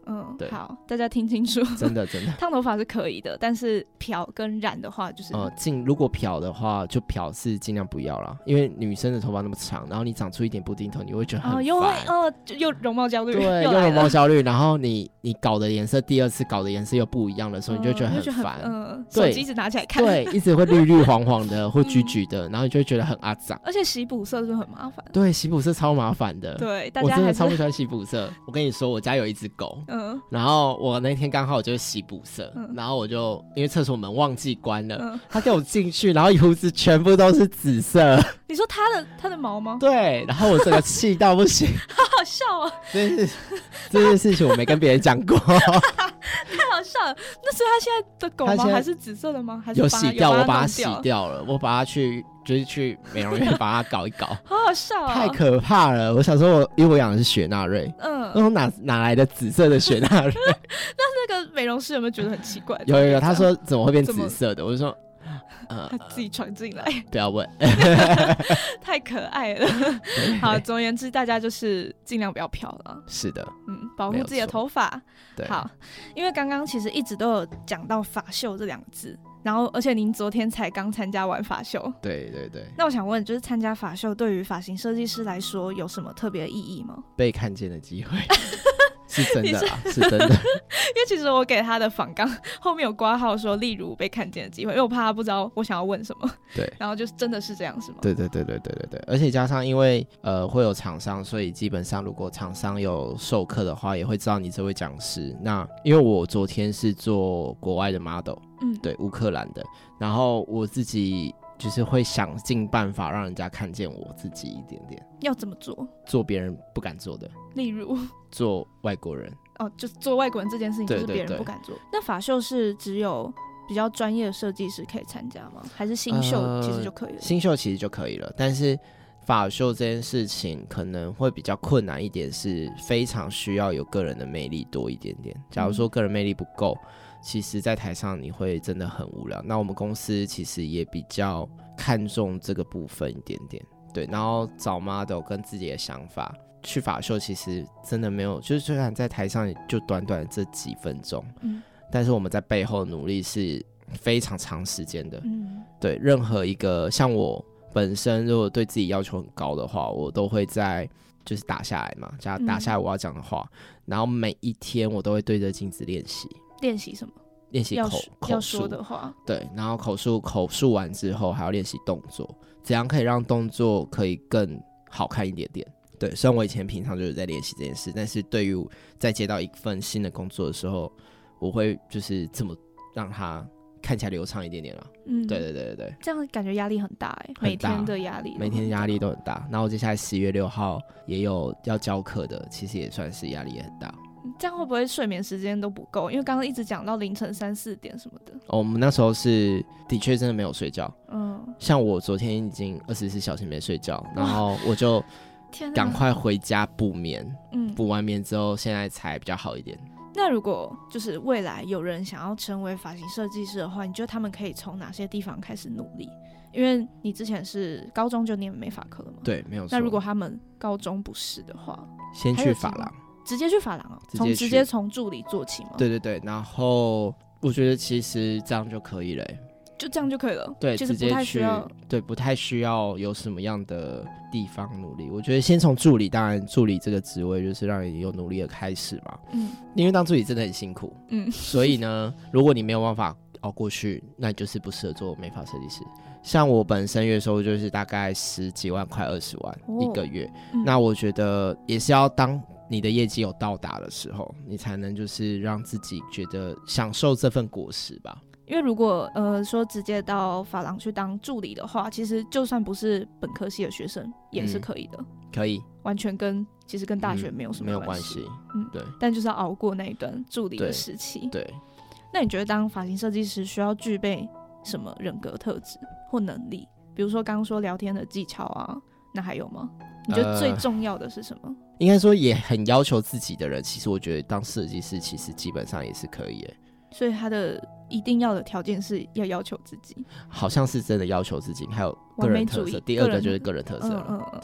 [SPEAKER 3] 对
[SPEAKER 1] 好，大家听清楚，
[SPEAKER 3] 真的
[SPEAKER 1] 烫头发是可以的，但是漂跟染的话就是
[SPEAKER 3] 如果漂的话，就漂是尽量不要啦，因为女生的头发那么长，然后你长出一点布丁头，你会觉得很烦，
[SPEAKER 1] 又容貌焦虑，
[SPEAKER 3] 对，又容貌焦虑，然后你搞的颜色，第二次搞的颜色又不一样的时候，你就觉得很烦，
[SPEAKER 1] 手机一直拿起来看，
[SPEAKER 3] 对，一直会绿绿黄黄的或橘橘的，然后你就会觉得很阿杂，
[SPEAKER 1] 而且洗补色是很麻烦，
[SPEAKER 3] 对，洗补色超麻烦的，
[SPEAKER 1] 对，大家
[SPEAKER 3] 我真的超不喜欢洗补色。我跟你说，我家有一只狗，然后我那天刚好就是洗补色，然后我就因为厕所门忘记关了，它给我进去，然后胡子全部都是紫色。你
[SPEAKER 1] 说它的毛吗？
[SPEAKER 3] 对，然后我整个气到不行，
[SPEAKER 1] 好好笑啊！
[SPEAKER 3] 这件事情我没跟别人讲过。
[SPEAKER 1] 太好笑了，那是他现在的狗吗？还是紫色的吗？还是
[SPEAKER 3] 有洗掉？我把它洗掉了，我把它去美容院把它搞一搞。
[SPEAKER 1] 好好笑啊！
[SPEAKER 3] 太可怕了！我想说因为我养的是雪纳瑞，然后哪来的紫色的雪纳瑞？
[SPEAKER 1] 那个美容师有没有觉得很奇怪？
[SPEAKER 3] 有，他说怎么会变紫色的？我就说。
[SPEAKER 1] 他自己闯进来，
[SPEAKER 3] 不要问，
[SPEAKER 1] 太可爱了。好，总而言之，大家就是尽量不要漂了。
[SPEAKER 3] 是的，
[SPEAKER 1] 保护自己的头发。
[SPEAKER 3] 对，
[SPEAKER 1] 好，因为刚刚其实一直都有讲到法秀这2个字，然后而且您昨天才刚参加完法秀。
[SPEAKER 3] 对。
[SPEAKER 1] 那我想问，就是参加法秀对于发型设计师来说有什么特别的意义吗？
[SPEAKER 3] 被看见的机会。是真的啦，是真的。
[SPEAKER 1] 因为其实我给他的访纲后面有括号说，例如被看见的机会，因为我怕他不知道我想要问什么。
[SPEAKER 3] 对，
[SPEAKER 1] 然后就真的是这样，是吗？
[SPEAKER 3] 对，而且加上因为会有厂商，所以基本上如果厂商有授课的话，也会知道你这位讲师。那因为我昨天是做国外的 model，对，乌克兰的，然后我自己就是会想尽办法让人家看见我自己一点点。
[SPEAKER 1] 要怎么做？
[SPEAKER 3] 做别人不敢做的，
[SPEAKER 1] 例如
[SPEAKER 3] 做外国人。
[SPEAKER 1] 就是做外国人这件事情，就是别人不敢做。那法秀是只有比较专业的设计师可以参加吗？还是新秀其实就可以了？
[SPEAKER 3] 新秀其实就可以了，但是法秀这件事情可能会比较困难一点，是非常需要有个人的魅力多一点点。假如说个人魅力不够，其实在台上你会真的很无聊。那我们公司其实也比较看重这个部分一点点，对，然后找 model 跟自己的想法。去法秀其实真的没有，就是虽然在台上就短短这几分钟，但是我们在背后努力是非常长时间的。对，任何一个像我本身如果对自己要求很高的话，我都会在就是打下来嘛，打下来我要讲的话，然后每一天我都会对着镜子练习。
[SPEAKER 1] 练习什么？
[SPEAKER 3] 练习口
[SPEAKER 1] 述说的话。对，
[SPEAKER 3] 然后口述完之后还要练习动作，怎样可以让动作可以更好看一点点。对，虽然我以前平常就是在练习这件事，但是对于在接到一份新的工作的时候，我会就是这么让它看起来流畅一点点啦。对，
[SPEAKER 1] 这样感觉压力很大哎，每天的压力，
[SPEAKER 3] 每天压力都很大。然后接下来10月6号也有要教课的，其实也算是压力也很大。
[SPEAKER 1] 这样会不会睡眠时间都不够？因为刚刚一直讲到凌晨3、4点什么的。
[SPEAKER 3] 我们那时候是的确真的没有睡觉。像我昨天已经24小时没睡觉，然后我就赶快回家补眠，补完眠之后现在才比较好一点。
[SPEAKER 1] 那如果就是未来有人想要成为发型设计师的话，你觉得他们可以从哪些地方开始努力？因为你之前是高中就念美发课了嘛？
[SPEAKER 3] 对，没有错。
[SPEAKER 1] 那如果他们高中不是的话，
[SPEAKER 3] 先去发廊，
[SPEAKER 1] 直接去发廊直接从助理做起吗？
[SPEAKER 3] 对，然后我觉得其实这样就可以了
[SPEAKER 1] 就这样就可以了。
[SPEAKER 3] 对，
[SPEAKER 1] 其实不太需要，
[SPEAKER 3] 不太需要有什么样的地方努力。我觉得先从助理，当然助理这个职位就是让你有努力的开始嘛。因为当助理真的很辛苦。所以呢，如果你没有办法熬过去，那你就是不适合做美发设计师。像我本身月收入就是大概10几万快20万一个月，那我觉得也是要当你的业绩有到达的时候，你才能就是让自己觉得享受这份果实吧。
[SPEAKER 1] 因为如果说直接到发廊去当助理的话，其实就算不是本科系的学生也是可以的。
[SPEAKER 3] 可以，
[SPEAKER 1] 完全其实跟大学没有什么关系。
[SPEAKER 3] 对。
[SPEAKER 1] 但就是要熬过那一段助理的时期。
[SPEAKER 3] 对。
[SPEAKER 1] 那你觉得当发型设计师需要具备什么人格特质或能力？比如说刚刚说聊天的技巧啊，那还有吗？你觉得最重要的是什么？
[SPEAKER 3] 应该说也很要求自己的人，其实我觉得当设计师其实基本上也是可以耶。
[SPEAKER 1] 所以他的一定要的条件是要求自己，
[SPEAKER 3] 好像是真的要求自己，还有个人特色。第二个就是个人特色。对。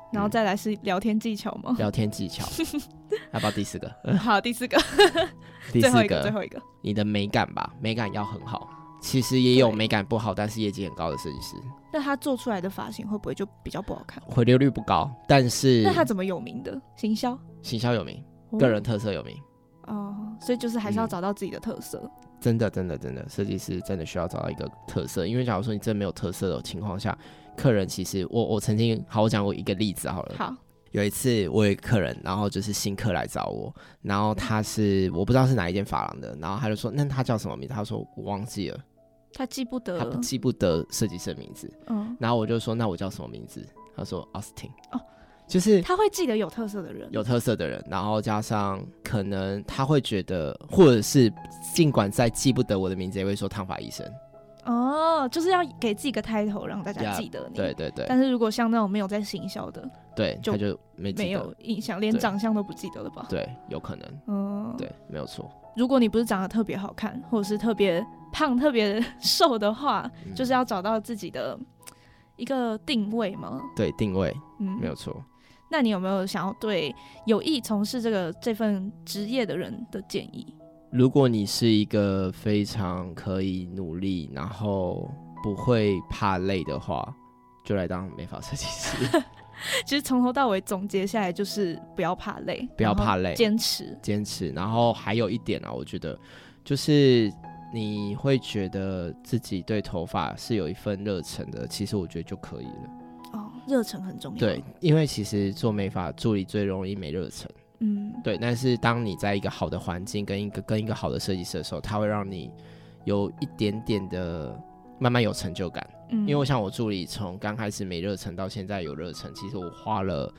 [SPEAKER 1] 然后再来是聊天技巧吗？
[SPEAKER 3] 聊天技巧，要不要第4个？
[SPEAKER 1] 好，第4个，
[SPEAKER 3] 第4个，
[SPEAKER 1] 最后一个，
[SPEAKER 3] 你的美感吧，美感要很好。其实也有美感不好，但是业绩很高的设计师，
[SPEAKER 1] 那他做出来的发型会不会就比较不好看？
[SPEAKER 3] 回流率不高，但是
[SPEAKER 1] 那他怎么有名的？行销
[SPEAKER 3] 有名，个人特色有名。
[SPEAKER 1] 所以就是还是要找到自己的特色。
[SPEAKER 3] 真的，设计师真的需要找到一个特色，因为假如说你真的没有特色的情况下，客人其实我曾经我讲过一个例子好了。
[SPEAKER 1] 好，
[SPEAKER 3] 有一次我有一个客人，然后就是新客来找我，然后他是我不知道是哪一间发廊的，然后他就说那他叫什么名字？他说我忘记了。
[SPEAKER 1] 他记不得，
[SPEAKER 3] 他记不得设计师的名字。然后我就说那我叫什么名字？他说 Austin。就是
[SPEAKER 1] 他会记得有特色的人，
[SPEAKER 3] 然后加上可能他会觉得，或者是尽管再记不得我的名字，也会说烫发医生。
[SPEAKER 1] 就是要给自己一个 title 让大家记得你。
[SPEAKER 3] 对。
[SPEAKER 1] 但是如果像那种没有在行销的，
[SPEAKER 3] 对，他就没
[SPEAKER 1] 有印象，连长相都不记得了吧？
[SPEAKER 3] 对，有可能。对，没有错。
[SPEAKER 1] 如果你不是长得特别好看，或者是特别胖、特别瘦的话，就是要找到自己的一个定位嘛。
[SPEAKER 3] 对，定位，没有错。
[SPEAKER 1] 那你有没有想要对有意从事这份职业的人的建议？
[SPEAKER 3] 如果你是一个非常可以努力，然后不会怕累的话，就来当美发设计师。
[SPEAKER 1] 其实从头到尾总结下来就是不要怕累，坚持。然后还有一点啊，我觉得就是你会觉得自己对头发是有一份热忱的，其实我觉得就可以了。 热忱很重要。
[SPEAKER 3] 对，因为其实做美发助理最容易没热忱。对。但是当你在一个好的环境跟一个好的设计师的时候，他会让你有一点点的慢慢有成就感。因为我想我助理从刚开始没热忱到现在有热忱，其实我花了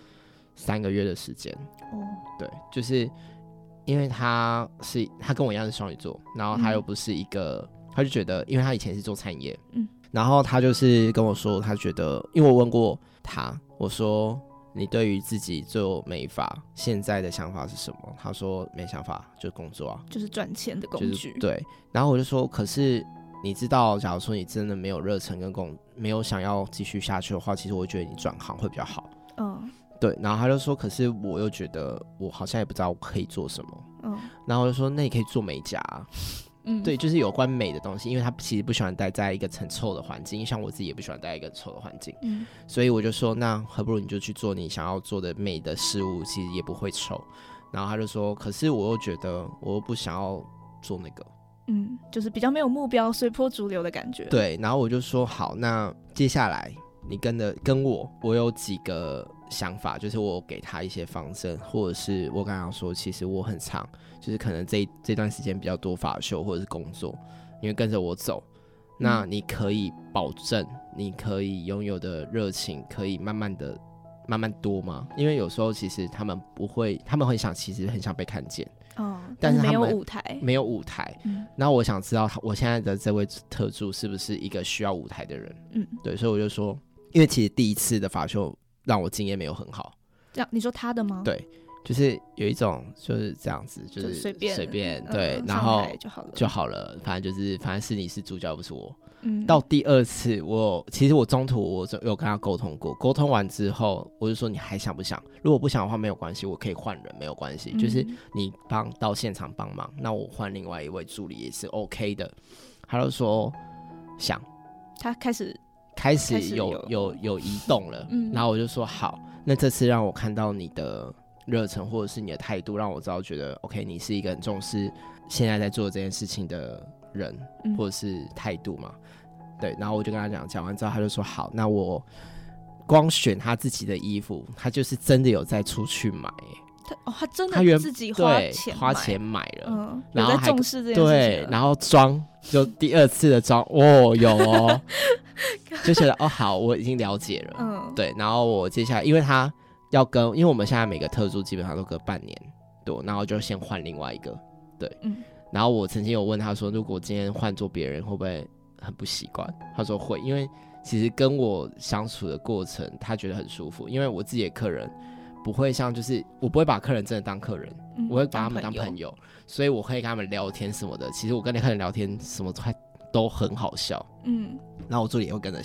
[SPEAKER 3] 3个月的时间。对，就是因为他跟我一样是双鱼座，然后他又不是一个，他就觉得，因为他以前是做餐饮业，然后他就是跟我说，他觉得，因为我问过他，我说你对于自己做美发现在的想法是什么？他说没想法，就是工作啊，
[SPEAKER 1] 就是赚钱的工具。
[SPEAKER 3] 对，然后我就说，可是你知道，假如说你真的没有热忱跟没有想要继续下去的话，其实我觉得你转行会比较好。对，然后他就说，可是我又觉得我好像也不知道我可以做什么。然后我就说，那你可以做美甲啊。对，就是有关美的东西，因为他其实不喜欢待在一个很臭的环境，像我自己也不喜欢待在一个很臭的环境。所以我就说，那何不如你就去做你想要做的美的事物，其实也不会臭。然后他就说，可是我又觉得我又不想要做那个。
[SPEAKER 1] 就是比较没有目标，随波逐流的感觉。
[SPEAKER 3] 对，然后我就说好，那接下来你跟我有几个想法，就是我给他一些方针，或者是我跟他说，其实我很常，就是可能这段时间比较多法秀或者是工作，因为跟着我走，那你可以保证你可以拥有的热情可以慢慢多吗？因为有时候其实他们其实很想被看见。但是他们没有舞台。然后我想知道我现在的这位特助是不是一个需要舞台的人。对，所以我就说，因为其实第一次的法秀让我经验没有很好。
[SPEAKER 1] 这样你说他的吗？
[SPEAKER 3] 对，就是有一种就是这样子，就是随便对，然后就好了，反正是你是主角不是我。到第2次其实我中途我有跟他沟通过，沟通完之后我就说你还想不想？如果不想的话没有关系，我可以换人，没有关系，就是你到现场帮忙，那我换另外一位助理也是 OK 的。他就说想，
[SPEAKER 1] 他开始
[SPEAKER 3] 有移动了。然后我就说好，那这次让我看到你的热忱或者是你的态度，让我知道觉得 OK， 你是一个很重视现在在做这件事情的人，或者是态度嘛。对，然后我就跟他讲完之后，他就说好，那我光选他自己的衣服，他就是真的有在出去买。
[SPEAKER 1] 他真的自己
[SPEAKER 3] 花钱买了，
[SPEAKER 1] 然后还重视这件事情。
[SPEAKER 3] 对，然后妆就第2次的妆，有就觉得好，我已经了解了。对，然后我接下来，因为他因为我们现在每个特助基本上都隔半年多，然后就先换另外一个。对，然后我曾经有问他说，如果今天换做别人，会不会很不习惯？他说会，因为其实跟我相处的过程，他觉得很舒服。因为我自己的客人不会像，就是我不会把客人真的当客人，我会把他们当朋友，所以我可以跟他们聊天什么的。其实我跟那客人聊天什么都很好笑，然后我助理也会跟着笑，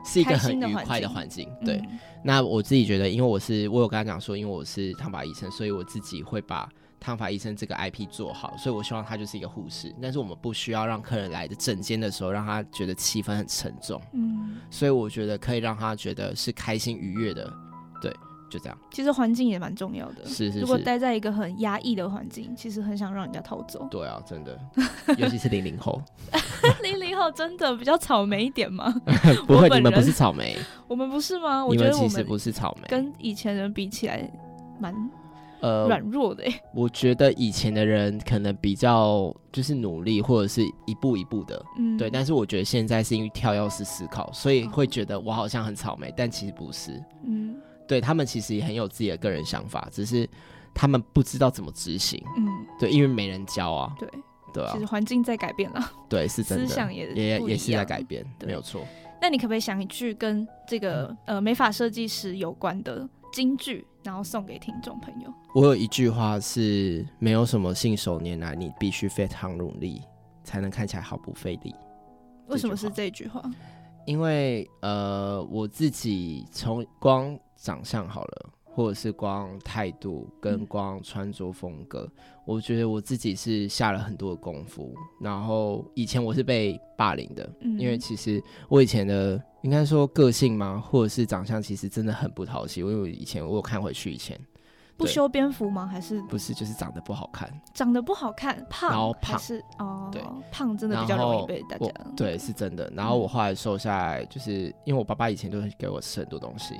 [SPEAKER 3] 是一个
[SPEAKER 1] 开
[SPEAKER 3] 很愉
[SPEAKER 1] 心的环境
[SPEAKER 3] 快的环境。对，
[SPEAKER 1] 嗯
[SPEAKER 3] 那我自己觉得，因为我有跟他讲说，因为我是烫发医生，所以我自己会把烫发医生这个 IP 做好，所以我希望他就是一个护士，但是我们不需要让客人来的诊间的时候让他觉得气氛很沉重，所以我觉得可以让他觉得是开心愉悦的，对，就这样。
[SPEAKER 1] 其实环境也蛮重要的，
[SPEAKER 3] 是
[SPEAKER 1] 如果待在一个很压抑的环境，其实很想让人家逃走。
[SPEAKER 3] 对啊，真的，尤其是00后，
[SPEAKER 1] 00后真的比较草莓一点吗？
[SPEAKER 3] 不会，
[SPEAKER 1] 我本人
[SPEAKER 3] 你们不是草莓，
[SPEAKER 1] 我们不是吗？我
[SPEAKER 3] 你
[SPEAKER 1] 觉得我们
[SPEAKER 3] 们其实不是草莓，
[SPEAKER 1] 跟以前人比起来蛮软弱的欸。
[SPEAKER 3] 我觉得以前的人可能比较就是努力，或者是一步一步的，对。但是我觉得现在是因为跳跃式思考，所以会觉得我好像很草莓，但其实不是。对，他们其实也很有自己的个人想法，只是他们不知道怎么执行。对，因为没人教啊。对啊，
[SPEAKER 1] 其实环境在改变了，
[SPEAKER 3] 对，是真的，
[SPEAKER 1] 思想也
[SPEAKER 3] 是在改变，没有错。
[SPEAKER 1] 那你可不可以想一句跟这个美发设计师有关的金句，然后送给听众朋友？
[SPEAKER 3] 我有一句话是：没有什么信手拈来，你必须非常努力，才能看起来毫不费力。
[SPEAKER 1] 为什么是这句话？
[SPEAKER 3] 因为我自己从光长相好了，或者是光态度跟光穿着风格，我觉得我自己是下了很多的功夫。然后以前我是被霸凌的，因为其实我以前的应该说个性嘛，或者是长相，其实真的很不讨喜。因为我有看回去以前
[SPEAKER 1] 不修边幅吗？还是
[SPEAKER 3] 不是？就是长得不好看，
[SPEAKER 1] 长得不好看，胖，
[SPEAKER 3] 然后胖
[SPEAKER 1] 还是
[SPEAKER 3] 对，
[SPEAKER 1] 胖真的比较容易被大家
[SPEAKER 3] 对，是真的。然后我后来瘦下来，就是因为我爸爸以前都会给我吃很多东西，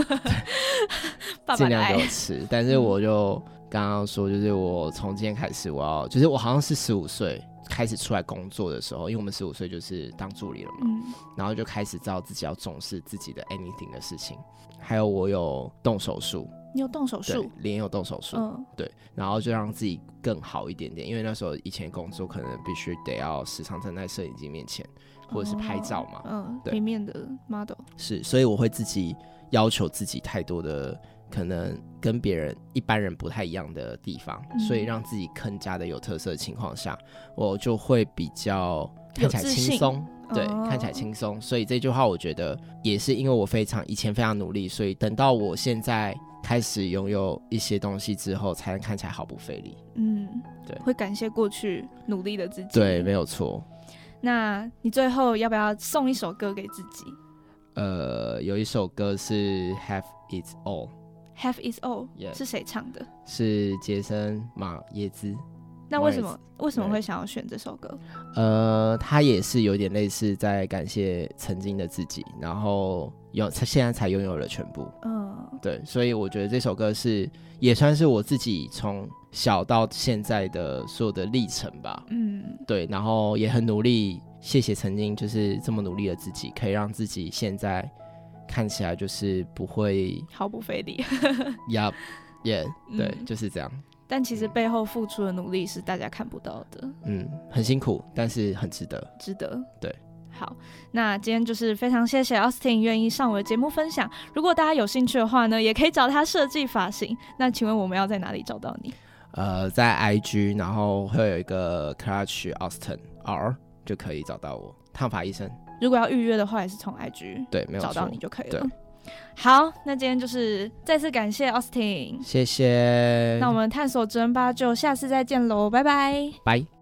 [SPEAKER 3] 尽量给我吃。但是我就刚刚说，就是我从今天开始，就是我好像是15岁开始出来工作的时候，因为我们15岁就是当助理了嘛，然后就开始知道自己要重视自己的 anything 的事情。还有我有动手术。
[SPEAKER 1] 你有动手术？
[SPEAKER 3] 脸有动手术，对，然后就让自己更好一点点，因为那时候以前工作可能必须得要时常站在摄影机面前，或者是拍照嘛，
[SPEAKER 1] 对，平面的 model
[SPEAKER 3] 是，所以我会自己要求自己太多的可能跟别人一般人不太一样的地方，所以让自己更加的有特色的情况下，我就会比较看起来轻松。对，看起来轻松，所以这句话我觉得也是因为我以前非常努力，所以等到我现在开始拥有一些东西之后，才能看起来毫不费力。对，
[SPEAKER 1] 会感谢过去努力的自己。
[SPEAKER 3] 对，没有错。
[SPEAKER 1] 那你最后要不要送一首歌给自己？
[SPEAKER 3] 有一首歌是 Have It All。Have
[SPEAKER 1] It All、yeah. 是谁唱的？
[SPEAKER 3] 是杰森马耶兹。
[SPEAKER 1] 那为什么会想要选这首歌？
[SPEAKER 3] 他也是有点类似在感谢曾经的自己，然后现在才拥有了全部。对，所以我觉得这首歌也算是我自己从小到现在的所有的历程吧。对，然后也很努力，谢谢曾经就是这么努力的自己，可以让自己现在看起来就是不会
[SPEAKER 1] 毫不费力。
[SPEAKER 3] 对，就是这样。
[SPEAKER 1] 但其实背后付出的努力是大家看不到的。
[SPEAKER 3] 很辛苦，但是很值得。对。
[SPEAKER 1] 好，那今天就是非常谢谢 Austin 愿意上我的节目分享。如果大家有兴趣的话呢，也可以找他设计发型。那请问我们要在哪里找到你？
[SPEAKER 3] 在 IG， 然后会有一个 Clutch Austin R 就可以找到我，烫发医生。
[SPEAKER 1] 如果要预约的话，也是从 IG
[SPEAKER 3] 对，没有
[SPEAKER 1] 找到你就可以了。好，那今天就是再次感谢 Austin，
[SPEAKER 3] 谢谢。
[SPEAKER 1] 那我们探索职人吧就下次再见喽，拜拜。
[SPEAKER 3] 拜。